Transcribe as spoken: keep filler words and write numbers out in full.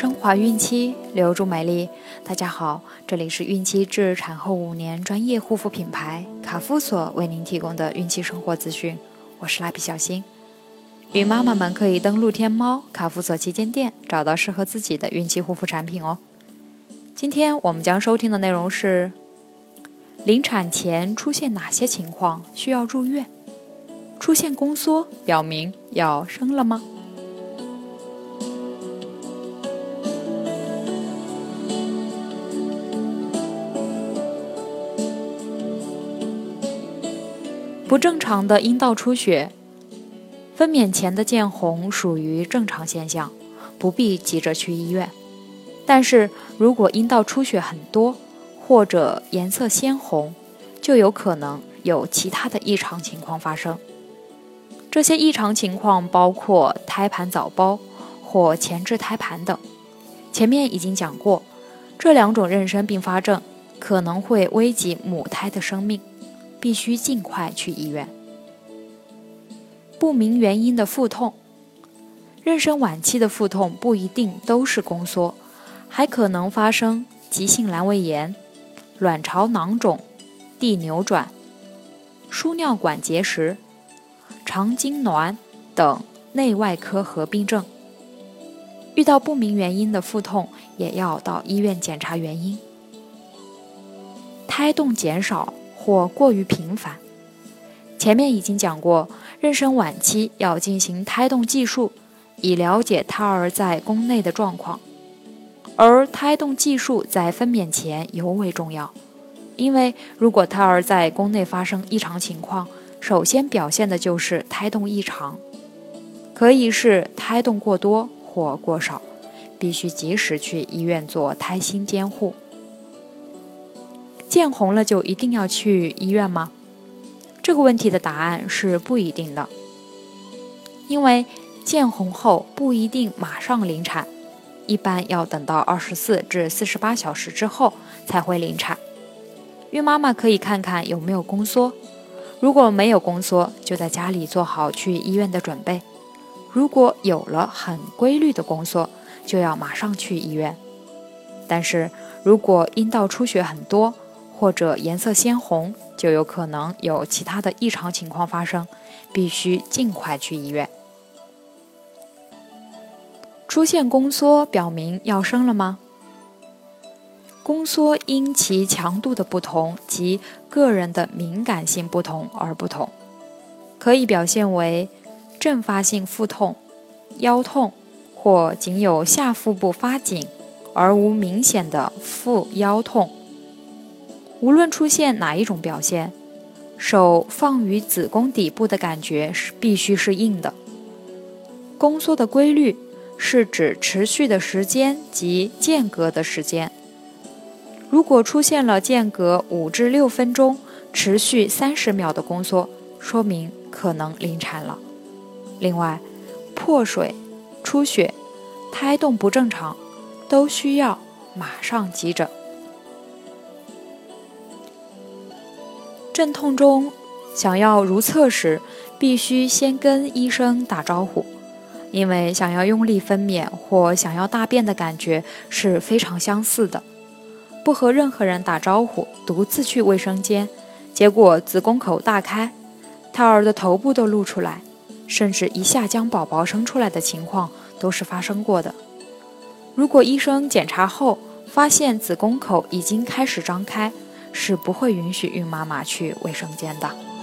升华孕期，留住美丽。大家好，这里是孕期至产后五年专业护肤品牌卡夫索为您提供的孕期生活资讯，我是蜡笔小新。孕妈妈们可以登录天猫卡夫索旗舰店，找到适合自己的孕期护肤产品哦。今天我们将收听的内容是：临产前出现哪些情况需要入院？出现宫缩表明要生了吗？不正常的阴道出血，分娩前的见红属于正常现象，不必急着去医院。但是如果阴道出血很多，或者颜色鲜红，就有可能有其他的异常情况发生。这些异常情况包括胎盘早剥或前置胎盘等。前面已经讲过，这两种妊娠并发症可能会危及母胎的生命，必须尽快去医院。不明原因的腹痛，妊娠晚期的腹痛不一定都是宫缩，还可能发生急性阑尾炎、卵巢囊肿、蒂扭转、输尿管结石、肠痉挛等内外科合并症。遇到不明原因的腹痛，也要到医院检查原因。胎动减少或过于频繁，前面已经讲过，妊娠晚期要进行胎动计数，以了解胎儿在宫内的状况。而胎动计数在分娩前尤为重要，因为如果胎儿在宫内发生异常情况，首先表现的就是胎动异常，可以是胎动过多或过少，必须及时去医院做胎心监护。见红了就一定要去医院吗？这个问题的答案是不一定的，因为见红后不一定马上临产，一般要等到二十四至四十八小时之后才会临产。孕妈妈可以看看有没有宫缩，如果没有宫缩，就在家里做好去医院的准备。如果有了很规律的宫缩，就要马上去医院。但是如果阴道出血很多，或者颜色鲜红，就有可能有其他的异常情况发生，必须尽快去医院。出现宫缩表明要生了吗？宫缩因其强度的不同及个人的敏感性不同而不同，可以表现为阵发性腹痛、腰痛，或仅有下腹部发紧而无明显的腹腰痛。无论出现哪一种表现，手放于子宫底部的感觉是必须是硬的。宫缩的规律是指持续的时间及间隔的时间。如果出现了间隔五至六分钟、持续三十秒的宫缩，说明可能临产了。另外，破水、出血、胎动不正常，都需要马上急诊。阵痛中想要如厕时，必须先跟医生打招呼，因为想要用力分娩或想要大便的感觉是非常相似的。不和任何人打招呼，独自去卫生间，结果子宫口大开，胎儿的头部都露出来，甚至一下将宝宝生出来的情况都是发生过的。如果医生检查后发现子宫口已经开始张开，是不会允许孕妈妈去卫生间的。